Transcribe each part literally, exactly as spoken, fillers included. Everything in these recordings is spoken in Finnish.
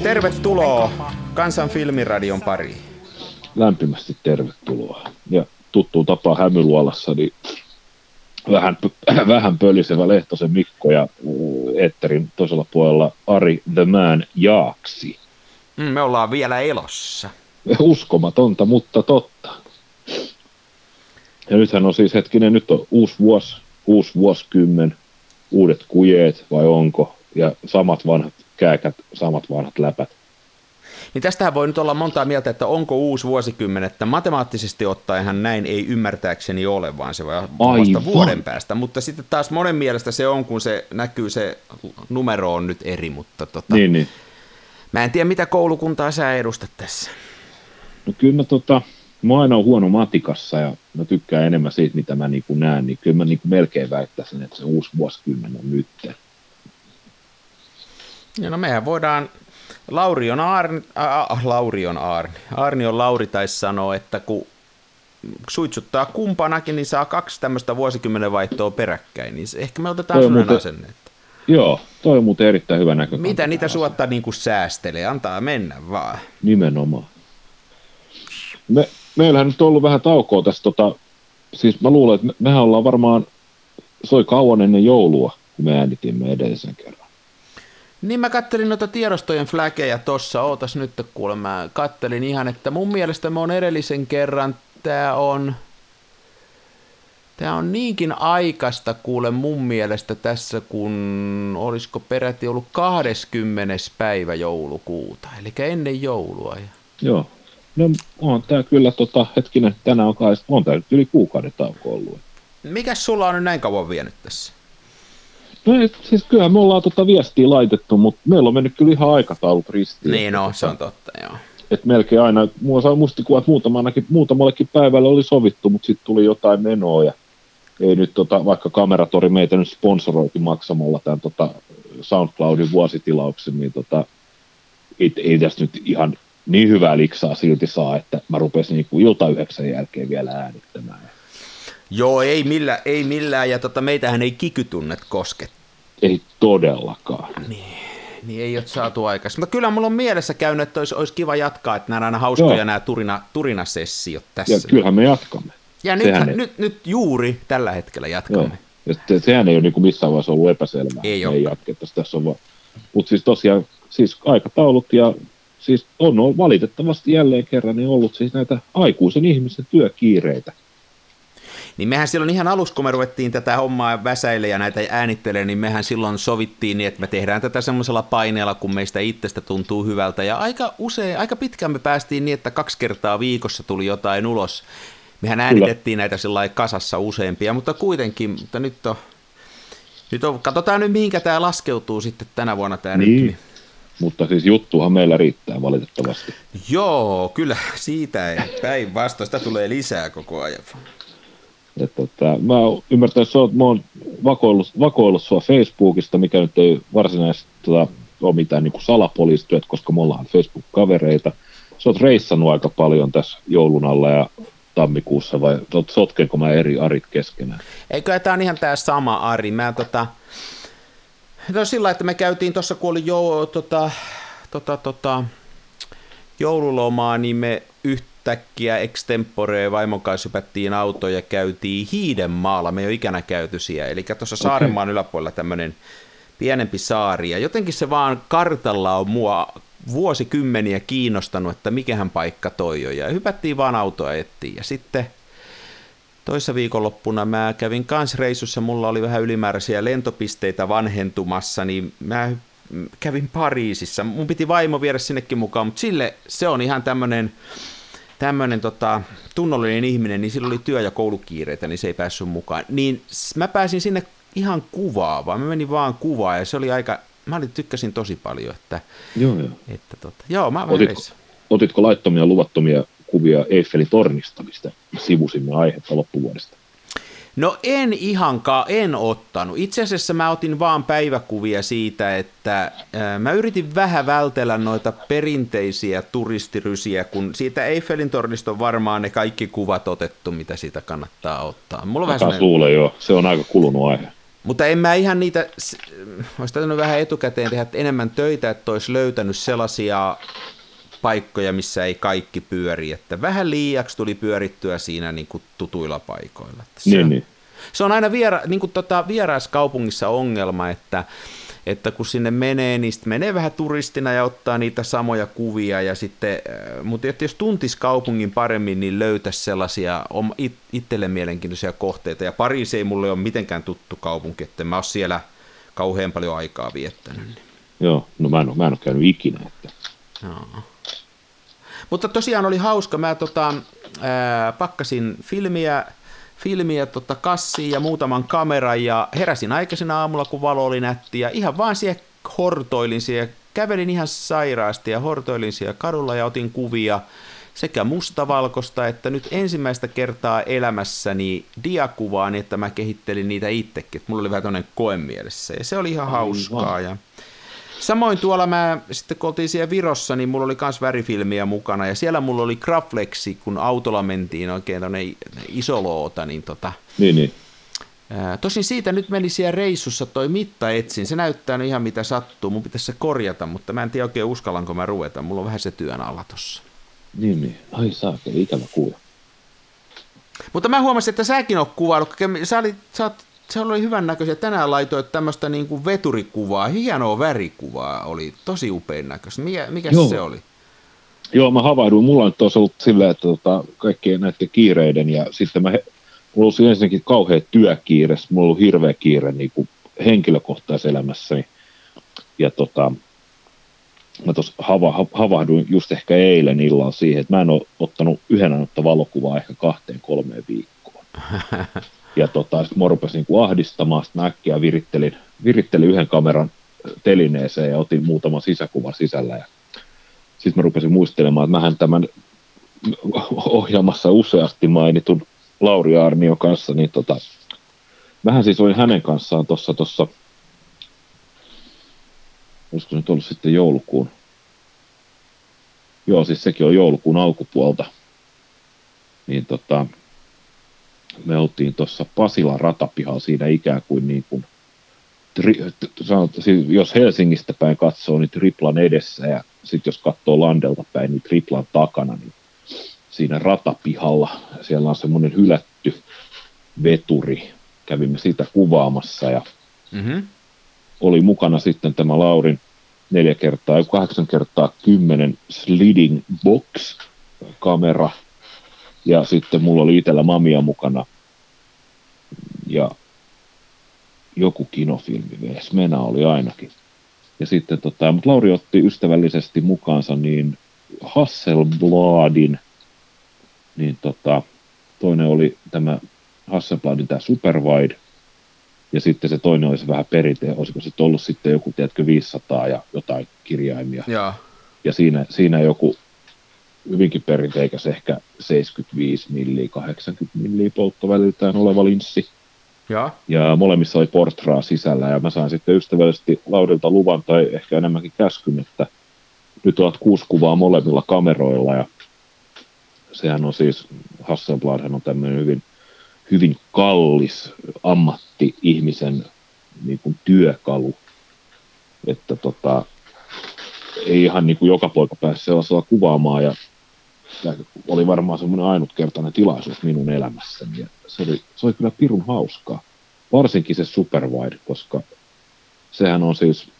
tervetuloa Kansan filmiradion pariin. Lämpimästi tervetuloa. Ja tuttuun tapaan Hämyluolassa, niin vähän, vähän pölisevä Lehtosen Mikko ja Eetterin toisella puolella Ari the Man Jaaksi. Me ollaan vielä elossa. Uskomatonta, mutta totta. Ja nythän on siis hetkinen, nyt on uusi vuosi, uusi vuosikymmen, uudet kujeet vai onko, ja samat vanhat kääkät, samat vanhat läpät. Niin tästähän voi nyt olla montaa mieltä, että onko uusi vuosikymmen, että matemaattisesti ottaenhan näin ei ymmärtääkseni ole, vaan se voi olla vasta vuoden päästä, mutta sitten taas monen mielestä se on, kun se näkyy, se numero on nyt eri, mutta tota, niin, niin. Mä en tiedä, mitä koulukuntaa sä edustat tässä. No kyllä mä, tota, mä aina on huono matikassa ja mä tykkään enemmän siitä, mitä mä niin kuin näen, niin kyllä mä niin kuin melkein väittäisin, että se uusi vuosikymmen on nyt. Ja no mehän voidaan, Lauri on Aarni, äh, Lauri on Aarni, Aarni on Lauri taisi sanoa, että kun suitsuttaa kumpanakin, niin saa kaksi tämmöistä vuosikymmenen vaihtoa peräkkäin, niin ehkä me otetaan sellainen asenne. Että joo, toi on muuten erittäin hyvä näkökanta. Mitä niitä suotta niin kuin säästelee, antaa mennä vaan. Nimenomaan. Me, meillähän nyt on ollut vähän taukoa tässä, tota, siis mä luulen, että me, mehän ollaan varmaan, soi kauan ennen joulua, kun me äänitimme edellisen kerran. Niin mä kattelin noita tiedostojen flägejä tossa, ootas nyt kuule, mä kattelin ihan, että mun mielestä mä oon edellisen kerran, tää on, tää on niinkin aikaista kuule mun mielestä tässä, kun olisiko peräti ollut kahdeskymmenes päivä joulukuuta, eli ennen joulua. Joo, no on tää kyllä, tota, hetkinen, tänään on kahdesta, on tää nyt yli kuukauden tauko ollut. Mikäs sulla on nyt näin kauan vienyt tässä? No ei, siis kyllähän me ollaan tota viestiä laitettu, mutta meillä on mennyt kyllä ihan aikataulut ristiin. Niin no, se on totta, joo. Että melkein aina, mulla saa mustikuva, että muutamallekin päivälle oli sovittu, mutta sitten tuli jotain menoa ja ei nyt, tota, vaikka Kameratori meitä nyt sponsoroiti maksamalla tämän tota, SoundCloudin vuositilauksen, niin tota, ei, ei tästä nyt ihan niin hyvää liksaa silti saa, että mä rupesin niinku ilta yhdeksän jälkeen vielä äänittämään. Joo, ei millään, ei millään ja tota, meitähän ei kikytunnet koske. Ei todellakaan. Niin, niin ei ole saatu aikaisemmin. Mutta kyllä mulla on mielessä käynyt, että olisi, olisi kiva jatkaa, että nämä on aina hauskoja Joo. nämä turina, turinasessiot tässä. Ja kyllähän me jatkamme. Ja nythän, ei... nyt, nyt juuri tällä hetkellä jatkamme. Joo. Ja se, sehän ei ole niin kuin missään vaiheessa ollut epäselvää. Ei ole. Ei jatkettaisi. Tässä on vaan... Mutta siis tosiaan siis aikataulut ja siis on ollut valitettavasti jälleen kerran niin ollut siis näitä aikuisen ihmisen työkiireitä. Niin mehän silloin ihan alussa, kun me ruvettiin tätä hommaa väsäille ja näitä äänittelee, niin mehän silloin sovittiin niin, että me tehdään tätä semmoisella paineella, kun meistä itsestä tuntuu hyvältä. Ja aika usein, aika pitkään me päästiin niin, että kaksi kertaa viikossa tuli jotain ulos. Mehän äänitettiin Kyllä. näitä sellainen kasassa useampia, mutta kuitenkin, mutta nyt on, nyt on katsotaan nyt mihinkä tämä laskeutuu sitten tänä vuonna tämä niin. rytmi. Mutta siis juttuhan meillä riittää valitettavasti. Joo, kyllä siitä ei päinvastoin, sitä tulee lisää koko ajan. Että, että, mä ymmärtänyt, että mä oon vakoillut, vakoillut sua Facebookista, mikä nyt ei varsinaisesti tota, ole mitään niin kuin salapoliisityöt, koska me ollaan Facebook-kavereita. Sä oot reissannut aika paljon tässä joulun alla ja tammikuussa, vai sotkenko mä eri Arit keskenään? Eikö tämä on ihan tämä sama Ari. Mä tota... No sillä, että me käytiin tuossa, kun oli jo, tota, tota, tota, joululomaa, niin me yhtäkkiä extemporee vaimon kanssa hypättiin autoon ja käytiin Hiidenmaalla. Me ei ole ikänä käyty siellä. Eli tuossa okay. Saarenmaan yläpuolella tämmöinen pienempi saari. Ja jotenkin se vaan kartalla on mua vuosikymmeniä kiinnostanut, että mikähän paikka toi on. Ja hypättiin vaan autoa ettiin. Ja sitten toissa viikonloppuna mä kävin kans reissussa, mulla oli vähän ylimääräisiä lentopisteitä vanhentumassa, niin mä kävin Pariisissa. Mun piti vaimo viedä sinnekin mukaan, mutta sille se on ihan tämmönen, tämmönen tota, tunnollinen ihminen, niin sillä oli työ- ja koulukiireitä, niin se ei päässyt mukaan. Niin mä pääsin sinne ihan kuvaavaan, mä menin vaan kuvaan ja se oli aika, mä olin, tykkäsin tosi paljon, että... Joo, joo. Että, tota, joo, mä otitko, otitko laittomia luvattomia kuvia Eiffelin tornista, mistä sivusimme aihetta loppuvuodesta? No en ihankaan, en ottanut. Itse asiassa mä otin vaan päiväkuvia siitä, että ää, mä yritin vähän vältellä noita perinteisiä turistirysiä, kun siitä Eiffelin tornista on varmaan ne kaikki kuvat otettu, mitä siitä kannattaa ottaa. Mulla on vähän luulen, joo. Se on aika kulunut aihe. Mutta en mä ihan niitä, olisi täytynyt vähän etukäteen tehdä enemmän töitä, että olisi löytänyt sellaisia paikkoja, missä ei kaikki pyöri, että vähän liiaksi tuli pyörittyä siinä niin kuin tutuilla paikoilla. Se, Niin, niin. se on aina viera, niin kuin tota, vieraiskaupungissa ongelma, että, että kun sinne menee, niin sitten menee vähän turistina ja ottaa niitä samoja kuvia, ja sitten, mutta jos tuntisi kaupungin paremmin, niin löytäisi sellaisia it, itselle mielenkiintoisia kohteita, ja Pariisi ei mulle ole mitenkään tuttu kaupunki, että mä oon siellä kauhean paljon aikaa viettänyt. Niin. Joo, no mä en ole, mä en ole käynyt ikinä. Että. No. Mutta tosiaan oli hauska, mä tota, ää, pakkasin filmiä, filmiä tota kassiin ja muutaman kameran ja heräsin aikaisin aamulla, kun valo oli nätti ja ihan vaan siellä hortoilin siellä, kävelin ihan sairaasti ja hortoilin siellä kadulla ja otin kuvia sekä mustavalkoista, että nyt ensimmäistä kertaa elämässäni diakuvaa, niin että mä kehittelin niitä itsekin, mulla oli vähän tämmöinen koe mielessä ja se oli ihan hauskaa ja samoin tuolla mä, sitten kun oltiin siellä Virossa, niin mulla oli myös värifilmiä mukana, ja siellä mulla oli Graflexi, kun autolla mentiin oikein tuonne iso loota, niin tota... Niin, niin. Ää, tosin siitä nyt meni siellä reissussa toi mittaetsin, se näyttää nyt ihan mitä sattuu, mun pitäisi se korjata, mutta mä en tiedä oikein uskallanko mä ruveta, mulla on vähän se työn alla tossa. Niin, niin. Ai saakeli, ikävä kuva. Mutta mä huomasin, että säkin oot kuvaillut, sä olit, sä oot, se oli hyvän näköisiä. Tänään laitoit tämmöistä niin kuin veturikuvaa, hienoa värikuvaa, oli tosi upein näköistä. Mikä, mikä se oli? Joo, mä havahduin. Mulla on tuossa ollut silleen, että tota, kaikkien näiden kiireiden ja sitten mä, mulla oli ensinnäkin kauhea työkiire, mulla on ollut hirveä kiire niin kuin henkilökohtaiselämässäni. Ja tota, mä tuossa hava, havahduin just ehkä eilen illalla siihen, että mä en ole ottanut yhden ainutta valokuvaa ehkä kahteen kolmeen viikkoon. Ja tota, sitten mä rupesin niin kuin ahdistamaan, sitten mä äkkiä virittelin, virittelin yhden kameran telineeseen ja otin muutaman sisäkuvan sisällä. Ja sitten mä rupesin muistelemaan, että mähän tämän ohjaamassa useasti mainitun Lauri Aarnion kanssa, niin tota, mähän siis olin hänen kanssaan tuossa, tuossa, olisiko se nyt ollut sitten joulukuun, joo siis sekin on joulukuun alkupuolta, niin tota, me oltiin tuossa Pasilan ratapihalla siinä ikään kuin, niin kuin tri, sanot, jos Helsingistä päin katsoo, niin triplan edessä ja sitten jos katsoo Landelta päin, niin triplan takana, niin siinä ratapihalla siellä on semmoinen hylätty veturi. Kävimme sitä kuvaamassa ja mm-hmm. oli mukana sitten tämä Laurin neljä kertaa, kahdeksan kertaa kymmenen sliding box kamera. Ja sitten mulla oli itsellä Mamia mukana ja joku kinofilmi vees, Mena oli ainakin. Ja sitten tota, mutta Lauri otti ystävällisesti mukaansa niin Hasselbladin, niin tota, toinen oli tämä Hasselbladin tämä Superwide, ja sitten se toinen oli se vähän perinteinen, olisiko sitten ollut sitten joku, tiedätkö, viisisataa ja jotain kirjaimia. Ja, ja siinä, siinä joku hyvinkin perinteikäs ehkä seitsemänkymmentäviisi milliä, kahdeksankymmentä milliä polttoväliltään oleva linssi. Ja. ja molemmissa oli Portraa sisällä, ja mä sain sitten ystävällisesti Laurilta luvan, tai ehkä enemmänkin käskyn, että nyt olet kuusi kuvaa molemmilla kameroilla, ja sehän on siis, Hasselbladhan on tämmöinen hyvin, hyvin kallis ammatti-ihmisen niin kuin työkalu, että tota, ei ihan niin kuin joka poika pääse sellaisella kuvaamaan, ja tämä oli varmaan semmoinen ainutkertainen tilaisuus minun elämässäni, ja se oli, se oli kyllä pirun hauskaa, varsinkin se Superwide, koska sehän on siis,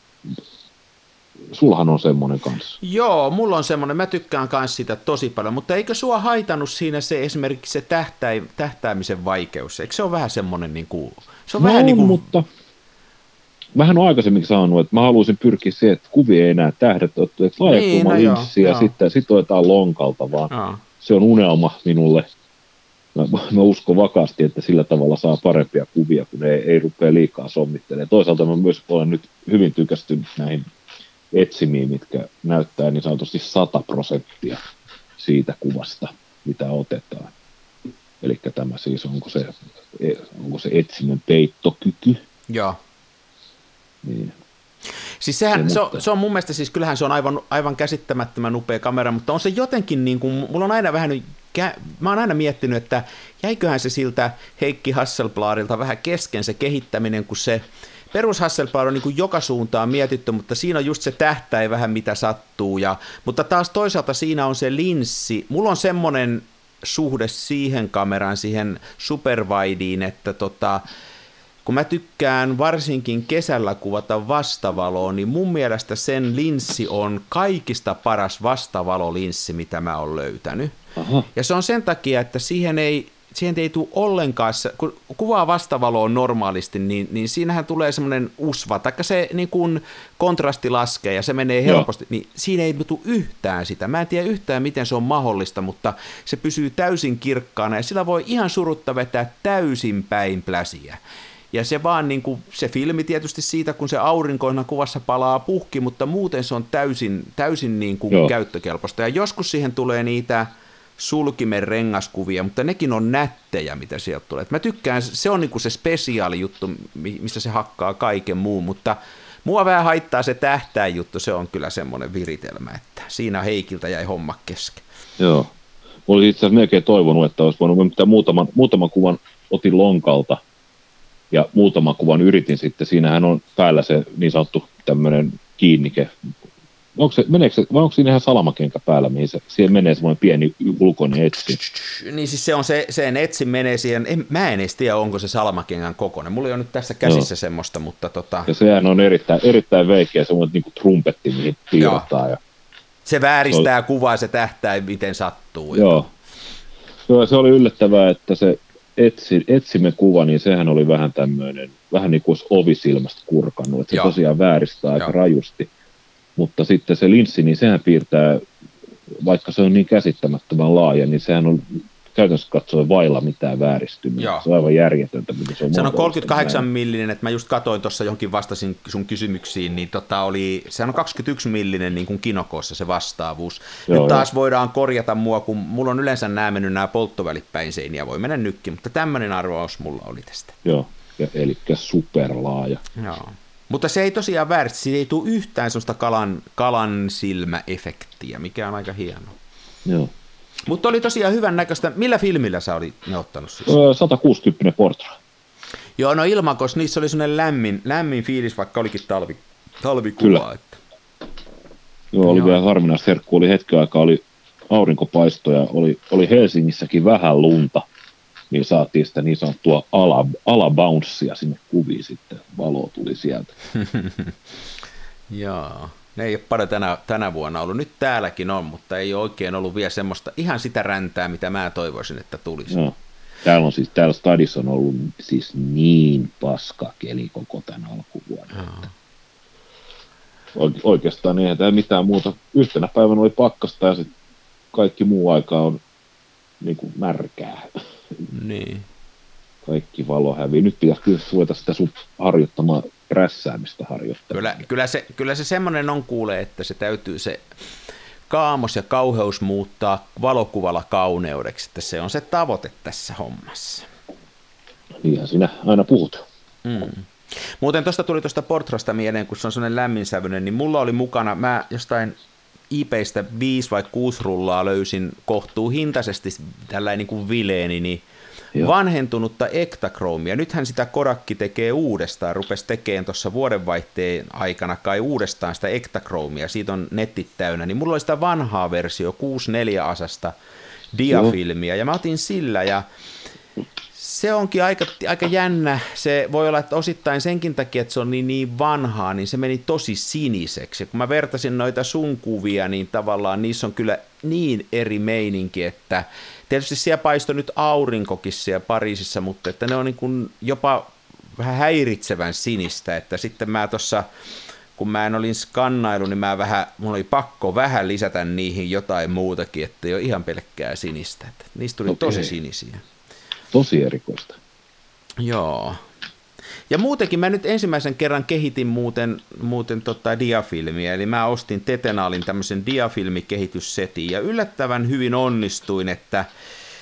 sulhan on semmoinen kanssa. Joo, mulla on semmoinen, mä tykkään kanssa sitä tosi paljon, mutta eikö sua haitannut siinä se esimerkiksi se tähtäi, tähtäämisen vaikeus, eikö se ole vähän semmoinen niin kuin, se on no, vähän niin kuin... mutta mähän olen aikaisemmin sanonut, että mä haluaisin pyrkiä siihen, että kuvia ei enää tähdet, että laajakuma niin, no linssi ja joo. sitten sit otetaan lonkalta, vaan joo. Se on unelma minulle. Mä, mä uskon vakaasti, että sillä tavalla saa parempia kuvia, kun ei, ei rupea liikaa sommittelemaan. Toisaalta mä myös olen nyt hyvin tykästynyt näihin etsimiin, mitkä näyttää niin sanotusti sata prosenttia siitä kuvasta, mitä otetaan. Eli tämä siis, onko se, onko se etsinnän peittokyky? Joo. Niin. Siis sehän, se, on, se on mun mielestä, siis kyllähän se on aivan, aivan käsittämättömän upea kamera, mutta on se jotenkin niin kuin, mulla on aina vähän mä oon aina miettinyt, että jäiköhän se siltä Heikki Hasselbladilta vähän kesken se kehittäminen, kun se perus Hasselblad on niin kuin joka suuntaan mietitty, mutta siinä on just se tähtäin vähän mitä sattuu, ja, mutta taas toisaalta siinä on se linssi. Mulla on semmoinen suhde siihen kameraan, siihen superwideen, että tota, kun mä tykkään varsinkin kesällä kuvata vastavaloa, niin mun mielestä sen linssi on kaikista paras vastavalolinssi, mitä mä oon löytänyt. Aha. Ja se on sen takia, että siihen ei, siihen ei tule ollenkaan, kun kuvaa vastavaloa normaalisti, niin, niin siinähän tulee semmoinen usva, taikka se niin kun kontrasti laskee ja se menee helposti, Joo. niin siinä ei tule yhtään sitä. Mä en tiedä yhtään, miten se on mahdollista, mutta se pysyy täysin kirkkaana ja sillä voi ihan surutta vetää täysin päin pläsiä. Ja se vaan niin kuin, se filmi tietysti siitä, kun se aurinkoina kuvassa palaa puhki, mutta muuten se on täysin, täysin niin kuin käyttökelpoista. Ja joskus siihen tulee niitä sulkimen rengaskuvia, mutta nekin on nättejä, mitä sieltä tulee. Et mä tykkään, se on niin kuin se spesiaali juttu, missä se hakkaa kaiken muun, mutta mua vähän haittaa se tähtäin juttu, se on kyllä semmoinen viritelmä, että siinä Heikiltä jäi homma kesken. Joo, olisin itse asiassa melkein toivonut, että olisi voinut mitään muutaman, muutaman kuvan otin lonkalta, ja muutaman kuvan yritin sitten, siinähän on päällä se niin sanottu tämmöinen kiinnike. Onko se, meneekö se, vai onko siinä ihan salamakenkä päällä, mihin se, siihen menee semmoinen pieni ulkoinen etsi? Niin siis se on se, sen etsi menee siihen, en, mä en edes tiedä, onko se salamakengän kokoinen. Mulla ei ole nyt tässä käsissä Joo. semmoista, mutta tota... Ja sehän on erittäin, erittäin veikeä, semmoinen niin kuin trumpetti, mihin piirretään. Ja... Se vääristää se kuvaa, se tähtää, miten sattuu. Joo. Ja... Se oli yllättävää, että se etsi, etsimme kuva, niin sehän oli vähän tämmöinen, vähän niin kuin olisi ovisilmästä kurkannut, että se Joo. tosiaan vääristää aika Joo. rajusti. Mutta sitten se linssi, niin sehän piirtää, vaikka se on niin käsittämättömän laaja, niin sehän on käytännössä katsoen vailla mitään vääristymää. Joo. Se on aivan järjetöntä. Se on, se on kolmekymmentäkahdeksan millinen, että mä just katsoin tuossa johonkin vastasin sun kysymyksiin, niin tota oli, sehän on kaksikymmentäyksi millinen niin kuin Kinokossa se vastaavuus. Joo, Nyt taas jo. voidaan korjata mua, kun mulla on yleensä nämä mennyt nämä polttovälit päin seiniä, voi mennä nytkin, mutta tämmöinen arvaus mulla oli tästä. Joo, ja, eli superlaaja. Joo. Mutta se ei tosiaan vääristä, siitä ei tule yhtään sellaista kalan, kalan silmäefektiä, mikä on aika hienoa. Joo. Mutta oli tosiaan hyvän näköistä. Millä filmillä sä olit ne ottanut siis? sata kuusikymmentä Portra. Joo, no Ilmakos, niissä oli sellainen lämmin, lämmin fiilis, vaikka olikin talvi, talvikuva. Että... Joo, oli Joo. vielä harvinaista herkkua. Oli hetken aikaa, oli aurinkopaisto ja oli, oli Helsingissäkin vähän lunta. Niin saatiin sitä niin sanottua ala, alabounssia sinne kuviin sitten. Valo tuli sieltä. Joo. Ne ei ole paljon tänä, tänä vuonna ollut. Nyt täälläkin on, mutta ei ole oikein ollut vielä semmoista ihan sitä räntää, mitä mä toivoisin, että tulisi. No, täällä on siis, täällä stadissa on ollut siis niin paska keli koko tämän alkuvuoden. Oh. Oikeastaan eihän tämä mitään muuta. Yhtenä päivänä oli pakkasta ja sitten kaikki muu aika on niin kuin märkää. Niin. Kaikki valo hävii. Nyt pitäisi kyllä ruveta sitä sun harjoittamaan prässäämistä harjoittamaan. Kyllä, kyllä se, kyllä se semmoinen on kuule, että se täytyy se kaamos ja kauheus muuttaa valokuvalla kauneudeksi, että se on se tavoite tässä hommassa. Niinhän sinä aina puhut. Mm. Muuten tuosta tuli tuosta Portrasta mieleen, kun se on sellainen lämminsävyinen, niin mulla oli mukana, mä jostain eBaystä viisi vai kuusi rullaa löysin kohtuu hintaisesti tällainen niin kuin vileeni, niin Joo. vanhentunutta ektakromia. Nythän sitä Kodakki tekee uudestaan, rupesi tekemään tuossa vuodenvaihteen aikana kai uudestaan sitä ektakromia, siitä on netit täynnä, niin mulla oli sitä vanhaa versio, kuusi neljä asasta diafilmiä, ja mä otin sillä, ja se onkin aika, aika jännä. Se voi olla, että osittain senkin takia, että se on niin, niin vanhaa, niin se meni tosi siniseksi. Ja kun mä vertasin noita sun kuvia, niin tavallaan niissä on kyllä niin eri meininki, että tietysti siellä paistoi nyt aurinkokin siellä Pariisissa, mutta että ne on niin kuin jopa vähän häiritsevän sinistä, että sitten mä tuossa, kun mä en olin skannailu, niin mä vähän, mulla oli pakko vähän lisätä niihin jotain muutakin, että ei ole ihan pelkkää sinistä. Että niistä tuli okay. tosi sinisiä. Tosi erikoista. Joo. Ja muutenkin mä nyt ensimmäisen kerran kehitin muuten, muuten tota diafilmiä, eli mä ostin Tetenaalin tämmöisen diafilmikehityssetin, ja yllättävän hyvin onnistuin, että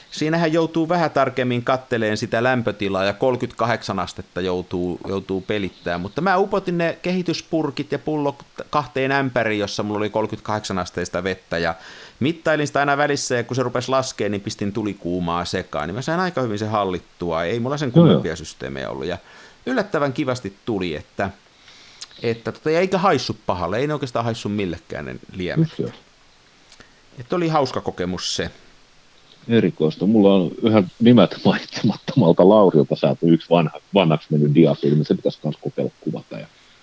siinähän joutuu vähän tarkemmin katteleen sitä lämpötilaa ja kolmekymmentäkahdeksan astetta joutuu, joutuu pelittämään, mutta mä upotin ne kehityspurkit ja pullo kahteen ämpäriin, jossa mulla oli kolmekymmentäkahdeksan asteista vettä ja mittailin sitä aina välissä ja kun se rupesi laskemaan, niin pistin tulikuumaa sekaan, niin mä sain aika hyvin se hallittua, ei mulla sen kummempia systeemejä ollut ja yllättävän kivasti tuli, että, että tota, ja eikä haissu pahalle, ei ne oikeastaan haissu millekään ne liemet. Että oli hauska kokemus se. Erikoista. Mulla on yhä nimet mainitsemattomalta Laurilta saatu yksi vanha, vanhaksi mennyt diafilmi, se pitäisi myös kokeilla kuvata. Ja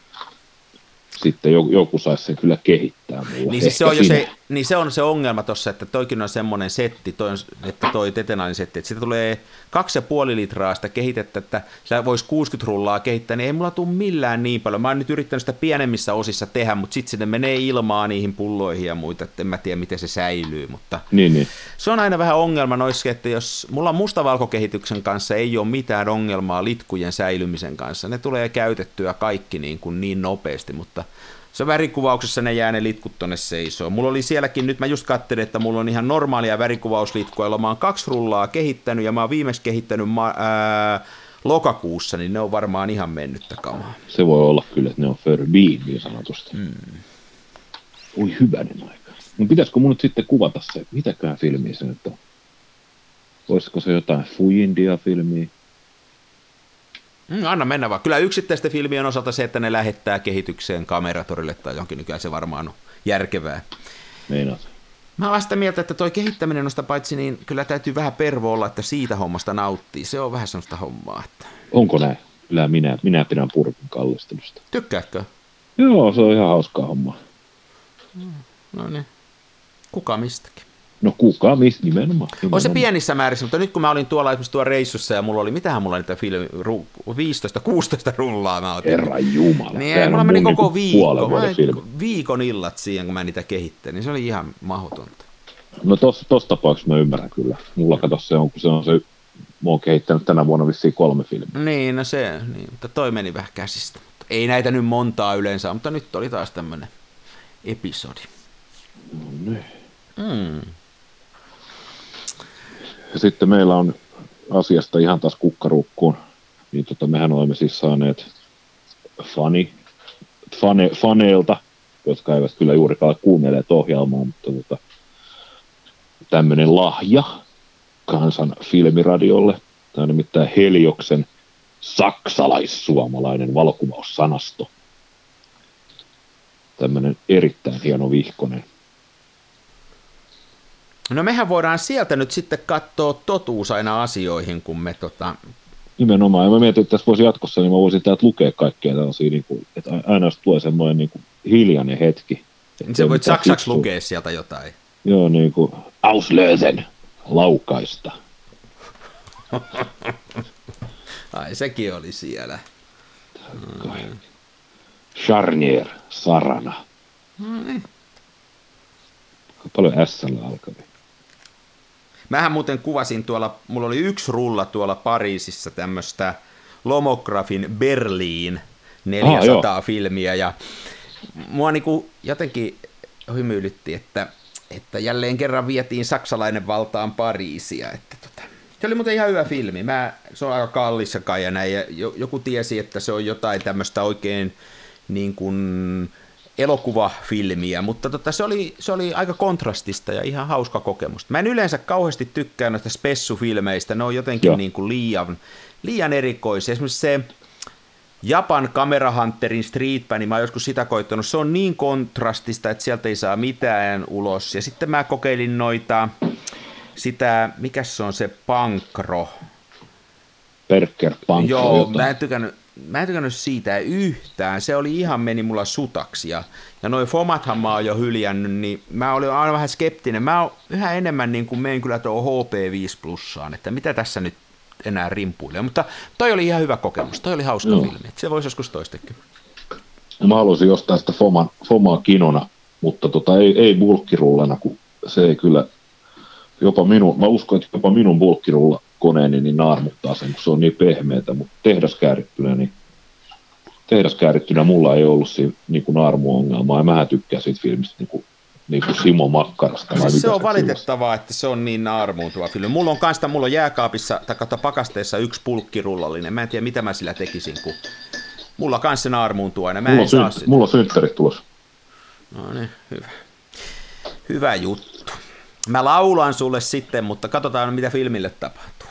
sitten joku, joku saisi sen kyllä kehittää mulla. Niin, siis se, on jo se, niin se on se ongelma tuossa, että toikin on semmoinen setti, toi on, että toi Tetenainen setti, että siitä tulee kaksi ja puoli litraa sitä kehitettä, että sillä voisi kuusikymmentä rullaa kehittää, niin ei mulla tule millään niin paljon. Mä oon nyt yrittänyt sitä pienemmissä osissa tehdä, mutta sitten sinne menee ilmaa niihin pulloihin ja muita, että en mä tiedä, miten se säilyy, mutta niin, niin. Se on aina vähän ongelma noissa, että jos mulla mustavalkokehityksen kanssa ei ole mitään ongelmaa litkujen säilymisen kanssa, ne tulee käytettyä kaikki niin, kuin niin nopeasti, mutta se värikuvauksessa ne jää ne litkut tonne seisoo. Mulla oli sielläkin, nyt mä just katselin, että mulla on ihan normaalia värikuvauslitkua, jolla mä oon kaksi rullaa kehittänyt ja mä oon viimeksi kehittänyt ma- ää, lokakuussa, niin ne on varmaan ihan mennyttä kamaa. Se voi olla kyllä, että ne on förbiin niin sanotusti. Hmm. Oi hyvänen aika. No pitäisikö mun nyt sitten kuvata se, mitäkään filmiä se nyt on? Olisiko se jotain Fujindia-filmiä? Mm, anna mennä vaan. Kyllä yksittäisten filmien osalta se, että ne lähettää kehitykseen kameratorille tai jonkin nykyään se varmaan on järkevää. Meinaat. Mä oon sitä mieltä, että toi kehittäminen on sitä paitsi, niin kyllä täytyy vähän pervo olla, että siitä hommasta nauttii. Se on vähän sellaista hommaa. Että... Onko näin? Kyllä minä, minä pidän purkin kallistelusta. Tykkäätkö? Joo, se on ihan hauskaa hommaa. Mm, no niin. Kuka mistäkin? No kuka, mistä nimenomaan, nimenomaan. On se pienissä määrissä, mutta nyt kun mä olin tuolla esimerkiksi tuolla reissussa ja mulla oli, mitähän mulla niitä filmi, viisitoista kuusitoista rullaa mä otin. Herran jumala. Niin, mulla meni koko viikko, viikon illat siihen, kun mä niitä kehittelin, niin se oli ihan mahdotonta. No tossa tos tapauksessa mä ymmärrän kyllä. Mulla kato se on, kun se on se, mä oon kehittänyt tänä vuonna vissiin kolme filmiä. Niin, no se, niin, mutta toi meni vähän käsistä. Mutta ei näitä nyt montaa yleensä, mutta nyt oli taas tämmönen episodi. No niin. Mm. Ja sitten meillä on asiasta ihan taas kukkarukkuun, niin tota, mehän olemme siis saaneet fani, fane, faneilta, jotka eivät kyllä juurikaan kuunnelleet ohjelmaa, mutta tota, tämmöinen lahja Kansan filmiradiolle. Tämä on nimittäin Helioksen saksalais-suomalainen valokuvaussanasto. Tämmöinen erittäin hieno vihkonen. No mehän voidaan sieltä nyt sitten katsoa totuus aina asioihin, kun me tota... Nimenomaan, ja mä mietin, että tässä voisi jatkossa, niin mä voisin täältä lukea kaikkea tällaisia, niin kuin, että aina jos tulee semmoinen niin kuin hiljainen hetki. Niin sä voit saksaksi lukea sieltä jotain. Joo, niin kuin auslösen, laukaista. Ai, sekin oli siellä. Mm. Charnier, sarana. Mm. Paljon S-llä alkavia. Mähän muuten kuvasin tuolla, mulla oli yksi rulla tuolla Pariisissa tämmöistä Lomografin Berliin neljäsataa ah, filmiä ja mua niinku jotenkin hymyilytti, että, että jälleen kerran vietiin saksalainen valtaan Pariisia. Että tota, se oli muuten ihan hyvä filmi. Mä, se on aika kallis ja näin ja joku tiesi, että se on jotain tämmöistä oikein niin kuin elokuvafilmiä, mutta tota, se, oli, se oli aika kontrastista ja ihan hauska kokemus. Mä en yleensä kauheasti tykkää noista spessufilmeistä, ne on jotenkin niin kuin liian, liian erikoisia. Esimerkiksi se Japan Camera Hunterin Streetband, niin mä oon joskus sitä koittanut, se on niin kontrastista, että sieltä ei saa mitään ulos. Ja sitten mä kokeilin noita, sitä, mikä se on se Pankro? Perker Pankro. Joo, jotain. mä en tykännyt. Mä en tykännyt siitä yhtään, se oli ihan meni mulla sutaksi ja, ja noi fomathan mä oon jo hyljännyt, niin mä olin aina vähän skeptinen. Mä oon yhä enemmän niin kuin menen kyllä tuohon H P viisi plussaan, että mitä tässä nyt enää rimpuilee, mutta toi oli ihan hyvä kokemus, toi oli hauska Joo. filmi, että se voisi joskus toistekin. Mä haluaisin jostain sitä Fomaa, Fomaa kinona, mutta tota, ei, ei bulkkirullana, kun se ei kyllä, jopa minun, mä uskon, että jopa minun bulkkirulla koneeni niin naarmuttaa sen, kun se on niin pehmeätä, mutta tehdaskäärittynä, niin tehdaskäärittynä mulla ei ollut siinä niin kuin naarmu-ongelmaa, ja mähän tykkään siitä filmistä niin kuin niin kuin Simo Makkarasta. Siis se on valitettavaa, että se on niin naarmuuntuva filmi. Mulla on kanssa, mulla on jääkaapissa tai kato pakasteessa yksi pulkkirullallinen. Mä en tiedä, mitä mä sillä tekisin, kun mulla kanssa se naarmuuntuu aina. Mä mulla, en saa synt- sitä. mulla on synttärit tulossa. No niin, hyvä. Hyvä juttu. Mä laulan sulle sitten, mutta katsotaan, mitä filmille tapahtuu.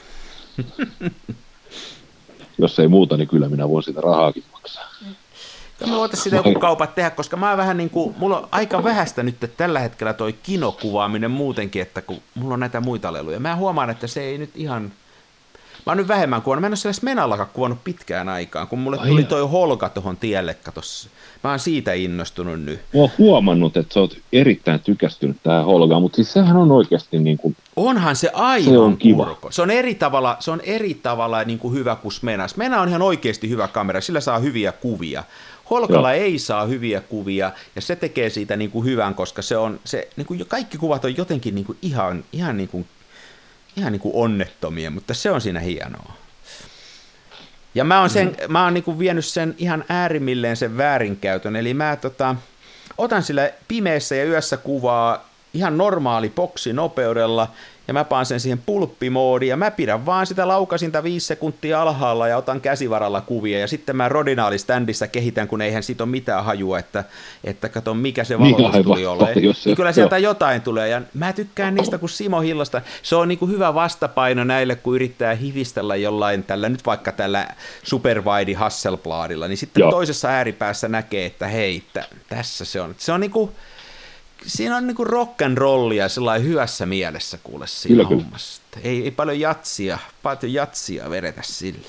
Jos ei muuta, niin kyllä minä voin sitä rahaakin maksaa. Me voitaisiin sitä joku kaupat tehdä, koska mä vähän niin kuin, mulla on aika vähäistä nyt että tällä hetkellä toi kinokuvaaminen muutenkin, että kun mulla on näitä muita leluja. Mä huomaan, että se ei nyt ihan, mä oon nyt vähemmän kuvannut, mä en ole siellä Menallakaan kuvannut pitkään aikaan, kun mulle tuli toi Holga tohon tielle, katossa. Mä oon siitä innostunut nyt. Mä oon huomannut, että sä oot erittäin tykästynyt tähän Holgaan, mutta siis sehän on oikeasti niin kuin... Onhan se aivan se on kiva. Kurko. Se on eri tavalla, se on eri tavalla niin kuin hyvä kuin Smena. Smena on ihan oikeasti hyvä kamera, sillä saa hyviä kuvia. Holgalla Joo. ei saa hyviä kuvia, ja se tekee siitä niin kuin hyvän, koska se on, se, niin kuin kaikki kuvat on jotenkin niin kuin ihan, ihan, niin kuin, ihan niin kuin onnettomia, mutta se on siinä hienoa. Ja mä oon, sen, mm. mä oon niin kuin vienyt sen ihan äärimmilleen sen väärinkäytön, eli mä tota, otan sillä pimeässä ja yössä kuvaa ihan normaali boksinopeudella, ja mä paan sen siihen pulppimoodiin, ja mä pidän vaan sitä laukasinta viisi sekuntia alhaalla, ja otan käsivaralla kuvia, ja sitten mä rodinaaliständissa kehitän, kun eihän siitä ole mitään hajua, että, että kato mikä se valotus niin, tuli olla. Niin kyllä sieltä jo. jotain tulee, ja mä tykkään niistä kuin Simo Hillasta. Se on niin kuin hyvä vastapaino näille, kun yrittää hivistellä jollain tällä, nyt vaikka tällä Superwide Hasselbladilla, niin sitten Joo. toisessa ääripäässä näkee, että hei, t- tässä se on. Se on niin kuin siinä on niinku rock'n'rollia sellainen hyvässä mielessä kuule siinä kyllä, hommassa. Ei, ei paljon jatsia, paljon jatsia vedetä sille.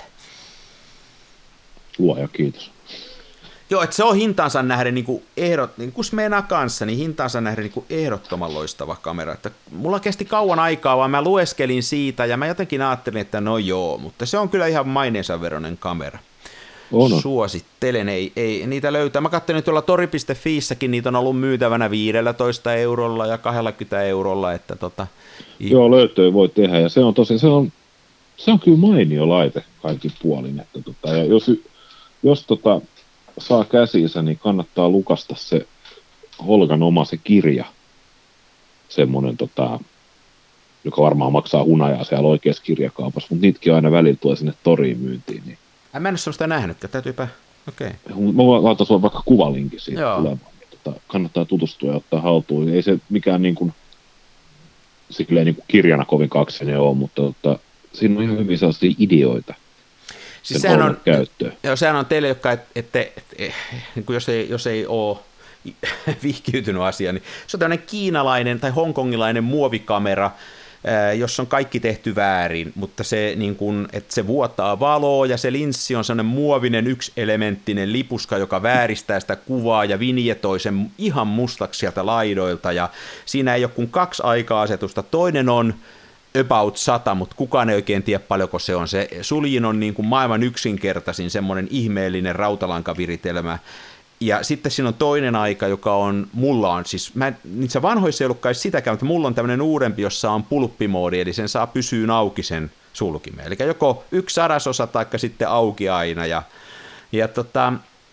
Luoja, kiitos. Joo, että se on hintaansa nähden niinku ehdot, niin kuin Smena kanssa, niin hintaansa nähden niinku ehdottoman loistava kamera. Että mulla kesti kauan aikaa, vaan mä lueskelin siitä ja mä jotenkin ajattelin, että no joo, mutta se on kyllä ihan maineensa veroinen kamera. On. Suosittelen, ei, ei niitä löytää. Mä katselin tuolla tori piste fiissäkin, niitä on ollut myytävänä viisitoista eurolla ja kaksikymmentä eurolla. Että tota, Joo, löytöä voi tehdä ja se on tosi, se on, se on kyllä mainio laite kaikin puolin. Että tota, ja jos jos tota, saa käsiinsä, niin kannattaa lukasta se Holgan oma se kirja, semmoinen, tota, joka varmaan maksaa hunajaa siellä oikeassa kirjakaupassa, mutta niitäkin aina välillä tuo sinne toriin myyntiin, niin mä en ole sellaista nähnytkään, täytyypä, okei. Okay. Mä laitan sulle vaikka kuvalinkin siitä tulemaan, niin tota, kannattaa tutustua ja ottaa haltuun. Ei se mikään niin kuin, silleen niin kuin kirjana kovin kaksinen ole, mutta tota, siinä on ihan hyvin sellaisia ideoita. Siis sehän on, joo, sehän on teille, jotka, et, et, et, et, niin jos, ei, jos ei ole vihkiytynyt asiaan, niin se on tämmöinen kiinalainen tai hongkongilainen muovikamera, jos on kaikki tehty väärin, mutta se, niin kun, että se vuotaa valoa ja se linssi on sellainen muovinen yksielementtinen lipuska, joka vääristää sitä kuvaa ja vinjetoi sen ihan mustaksi sieltä laidoilta ja siinä ei ole kuin kaksi aika-asetusta. Toinen on about sata, mutta kukaan ei oikein tiedä paljonko se on. Se suljin on niin kuin maailman yksinkertaisin semmoinen ihmeellinen rautalankaviritelmä. Ja sitten siinä on toinen aika, joka on, mulla on siis, mä, niissä vanhoissa ei ollut kai sitäkään, mutta mulla on tämmöinen uudempi, jossa on pulppimoodi, eli sen saa pysyä auki sen sulkimen. Eli joko yksi sadasosa tai sitten auki aina. Ja, ja tota,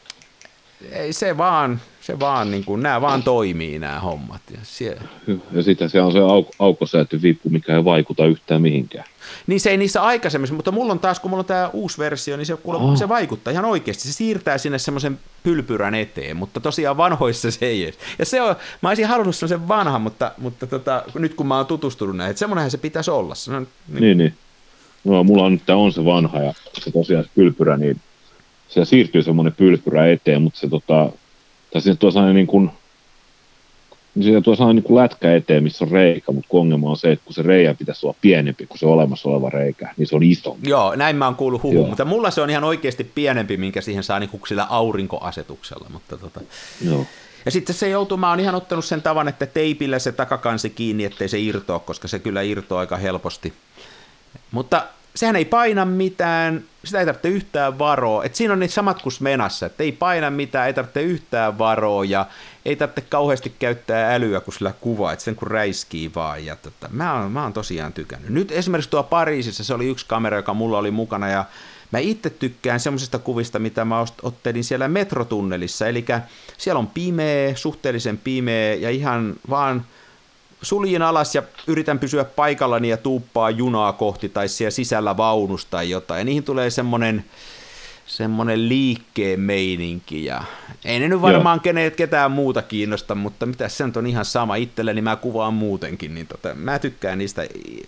ei se vaan, se vaan niin kuin, nämä vaan toimii nämä hommat. Ja, siellä. ja sitten siellä on se auk- aukosääty vippu, mikä ei vaikuta yhtään mihinkään. Niin se ei niissä aikaisemmissa, mutta mulla on taas, kun mulla on tämä uusi versio, niin se, kuule, se vaikuttaa ihan oikeasti. Se siirtää sinne semmoisen pylpyrän eteen, mutta tosiaan vanhoissa se ei edes. Ja se on, mä olisin halunnut semmoisen vanhan, mutta, mutta tota, nyt kun mä oon tutustunut näihin, että semmoinenhan se pitäisi olla. Se on, niin, niin, niin. No, mulla on nyt on se vanha ja se tosiaan se pylpyrä, niin siellä siirtyy semmoinen pylpyrä eteen, mutta se tota, tai sinne tuo sellainen niin kuin, niin siinä tuo sellainen niin kuin lätkä eteen, missä on reikä, mutta ongelma on se, että kun se reikä pitäisi olla pienempi kuin se olemassa oleva reikä, niin se on isompi. Joo, näin mä oon kuullut huhun, mutta mulla se on ihan oikeasti pienempi, minkä siihen saa niin kuin sillä aurinkoasetuksella. Mutta tota. Joo. Ja sitten se joutuu, mä oon ihan ottanut sen tavan, että teipillä se takakansi kiinni, ettei se irtoa, koska se kyllä irtoaa aika helposti. Mutta sehän ei paina mitään, sitä ei tarvitse yhtään varoa. Et siinä on niitä samat kuin Smenassa, että ei paina mitään, ei tarvitse yhtään varoa ja ei tarvitse kauheasti käyttää älyä, kun sillä kuvaa, että sen kun räiskii vaan. Ja tota, mä, oon, mä oon tosiaan tykännyt. Nyt esimerkiksi tuo Pariisissa se oli yksi kamera, joka mulla oli mukana ja mä itse tykkään semmoisista kuvista, mitä mä ottelin siellä metrotunnelissa, eli siellä on pimeä, suhteellisen pimeä ja ihan vaan suljin alas ja yritän pysyä paikallani ja tuuppaa junaa kohti tai siellä sisällä vaunusta tai jotain. Ja niihin tulee semmoinen, semmoinen liikkeen meininki. Ja ei ne nyt varmaan keneet, ketään muuta kiinnosta, mutta mitä se nyt on ihan sama itselleni, mä kuvaan muutenkin. Niin tota, mä tykkään niistä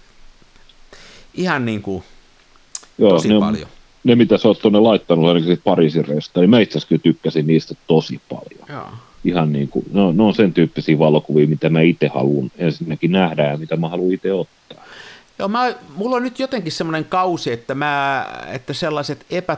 ihan niin kuin Joo, tosi ne, paljon. Ne, mitä sä oot tuonne laittanut ainakin siitä Pariisin reistä, niin mä itse asiassa kyllä tykkäsin niistä tosi paljon. Joo. Ihan niin kuin, no, ne on sen tyyppisiä valokuvia, mitä mä itse haluan ensinnäkin nähdä ja mitä mä haluan itse ottaa. Joo, mä, mulla on nyt jotenkin semmoinen kausi, että, mä, että sellaiset epä,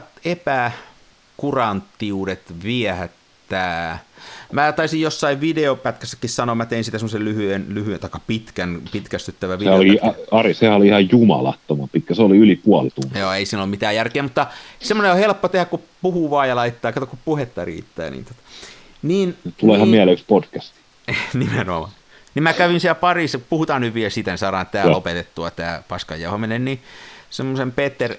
epäkuranttiudet viehättää. Mä taisin jossain videopätkässäkin sanoa, mä tein sitä semmoisen lyhyen, lyhyen taka pitkän, pitkästyttävä video. Se oli, Ari, sehän oli ihan jumalattoman pitkä, se oli yli puoli tuntia. Joo, ei siinä ole mitään järkeä, mutta semmoinen on helppo tehdä, kun puhuu vaan ja laittaa, kato kun puhetta riittää. Niin tota. Niin, tulee niin, ihan mieleen yksi podcasti. Nimenomaan. Niin mä kävin siellä Pariisissa, puhutaan nyt vielä siten, saadaan tää lopetettua, tää paskan jauhaminen, niin semmoisen Peter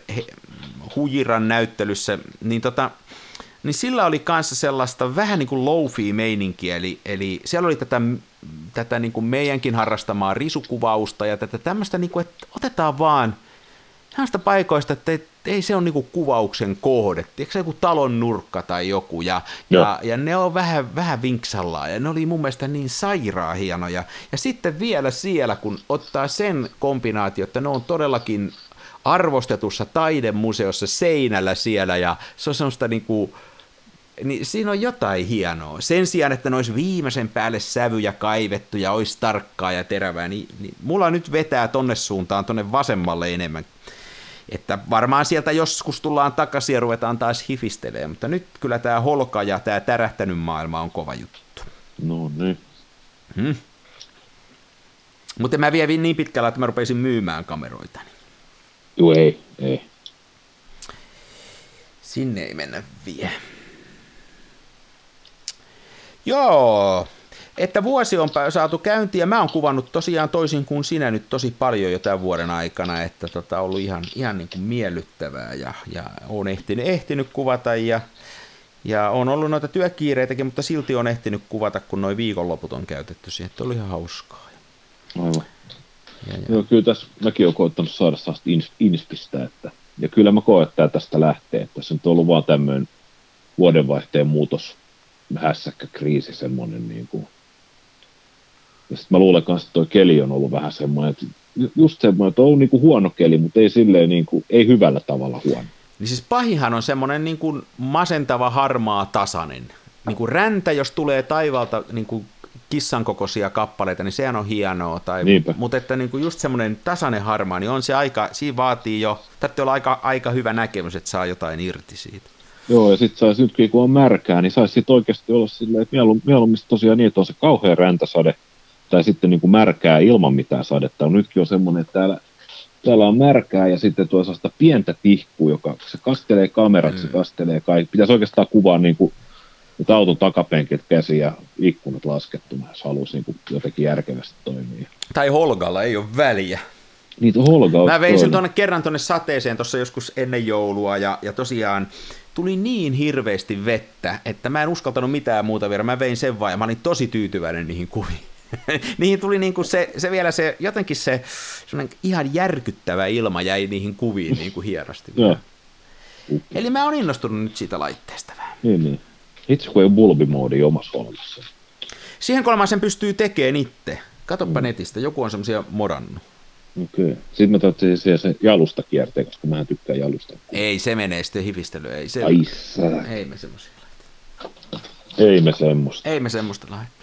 Hujiran näyttelyssä, niin, tota, niin sillä oli kanssa sellaista vähän niin kuin low-fi-meininkiä, eli, eli siellä oli tätä, tätä niin kuin meidänkin harrastamaa risukuvausta ja tätä tämmöistä, niin kuin, että otetaan vaan tämmöistä paikoista, että ei, ei se ole niinku kuvauksen kohde, eikö se joku talon nurkka tai joku, ja, ja, ja ne on vähän, vähän vinksallaan, ja ne oli mun mielestä niin sairaan hienoja. Ja sitten vielä siellä, kun ottaa sen kombinaatio, että ne on todellakin arvostetussa taidemuseossa seinällä siellä, ja se on semmoista niinku, niin siinä on jotain hienoa. Sen sijaan, että ne olisi viimeisen päälle sävyjä kaivettu ja olisi tarkkaa ja terävää, niin, niin mulla nyt vetää tonne suuntaan, tonne vasemmalle enemmän. Että varmaan sieltä joskus tullaan takaisin ja ruvetaan taas hifistelemään, mutta nyt kyllä tämä holka ja tämä tärähtänyt maailma on kova juttu. No niin. Hmm. Mutta mä vievin niin pitkällä, että mä rupesin myymään kameroitani. Joo, ei, ei. Sinne ei mennä vie. Joo, että vuosi on saatu käyntiin ja mä oon kuvannut tosiaan toisin kuin sinä nyt tosi paljon jo tämän vuoden aikana, että tota ollut ihan, ihan niin kuin miellyttävää ja, ja oon ehtinyt, ehtinyt kuvata ja, ja on ollut noita työkiireitäkin, mutta silti on ehtinyt kuvata, kun noi viikonloput on käytetty siihen, että oli ihan hauskaa. Aivan. Ja, ja. Joo, kyllä tässä mäkin olen koettanut saada sellaista ins, inspistä, että, ja kyllä mä koen, että tästä lähtee, että se on ollut vaan tämmöinen vuodenvaihteen muutos, hässäkkä kriisi semmoinen niin kuin. Ja sitten mä luulen kanssa, että toi keli on ollut vähän semmoinen, että just semmoinen, että on ollut niin kuin huono keli, mutta ei silleen niin kuin, ei hyvällä tavalla huono. Niin siis pahihan on semmoinen niin kuin masentava harmaa tasainen. Niin kuin räntä, jos tulee taivaalta niin kuin kissan kokoisia kappaleita, niin sehän on hienoa. Tai, mutta että niin kuin just semmoinen tasainen harmaa, niin on se aika, siinä vaatii jo, tarvitsee olla aika, aika hyvä näkemys, että saa jotain irti siitä. Joo, ja sitten saisi nytkin, kun on märkää, niin saisi sitten oikeasti olla silleen, että mieluummin tosiaan niin, että on se kauhean räntäsade, tai sitten niin kuin märkää ilman mitään sadetta. Nytkin on semmoinen, että täällä, täällä on märkää, ja sitten tuo sellaista pientä tihkua, joka se kastelee kamerat, mm. se kastelee kaikki. Pitäisi oikeastaan kuvaa niin kuin, että auton takapenkit, käsi ja ikkunat laskettuna, jos haluaisi niin kuin jotenkin järkevästi toimia. Tai Holgalla ei ole väliä. Niitä Holga Mä vein sen tuonne kerran tuonne sateeseen tuossa joskus ennen joulua, ja, ja tosiaan tuli niin hirveästi vettä, että mä en uskaltanut mitään muuta vielä. Mä vein sen vaan, ja mä olin tosi tyytyväinen niihin kuviin. Niihin tuli niinku se, se vielä se, jotenkin se ihan järkyttävä ilma jäi niihin kuviin niinku hienosti. Eli mä oon innostunut nyt siitä laitteesta vähän. Niin, niin. Itse kun ei ole bulbimoodi omassa Holgassa. Siihen kolmaan sen pystyy tekemään itse. Katoppa mm. netistä, joku on semmosia modannut. Okei. Okay. Sitten mä toivottavasti siihen se jalusta kierteen, koska mä tykkään jalusta. Ei, se menee sitten hifistelyä. Ei, se... Ai sää. Ei me semmosia laittaa. Ei me semmoista. Ei me semmoista laittaa.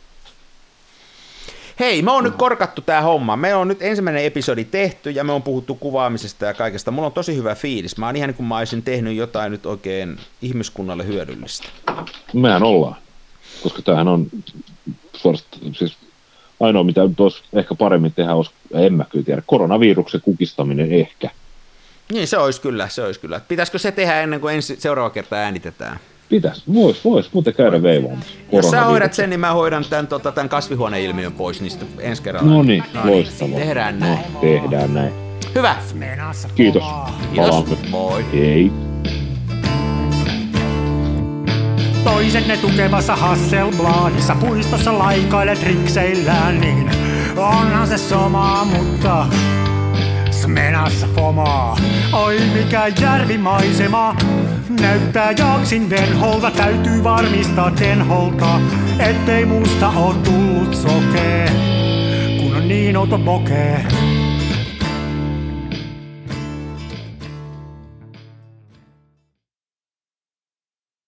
Hei, me on nyt korkattu tää homma. Me on nyt ensimmäinen episodi tehty ja me on puhuttu kuvaamisesta ja kaikesta. Mulla on tosi hyvä fiilis. Mä oon ihan niin kuin mä olisin tehnyt jotain nyt oikein ihmiskunnalle hyödyllistä. Mehän ollaan. Koska tämähän on suorastaan, siis ainoa mitä nyt olisi ehkä paremmin tehdä, olisi, en mä kyllä tiedä, koronaviruksen kukistaminen ehkä. Niin se olisi kyllä, se olisi kyllä. Pitäisikö se tehdä ennen kuin ensi, seuraava kertaa äänitetään? Pitäisi, vois, vois muuten käydä veivaamassa. Jos sä hoidat sen, niin mä hoidan tämän, tota, tämän kasvihuoneilmiön pois, niin sitten ensi kerralla. No niin, loistavaa. Tehdään näin. No, tehdään näin. Hyvä. Kiitos. Kiitos. Moi. Hei. Toisenne tukevassa Hasselbladissa puistossa laikailet rikseillään, niin onhan se sama, mutta Smenassa fomaa. Oi mikä järvimaisema, näyttää jaksin venholta, täytyy varmistaa tenholta, ettei musta oo tullut sokee, kun on niin outo pokee.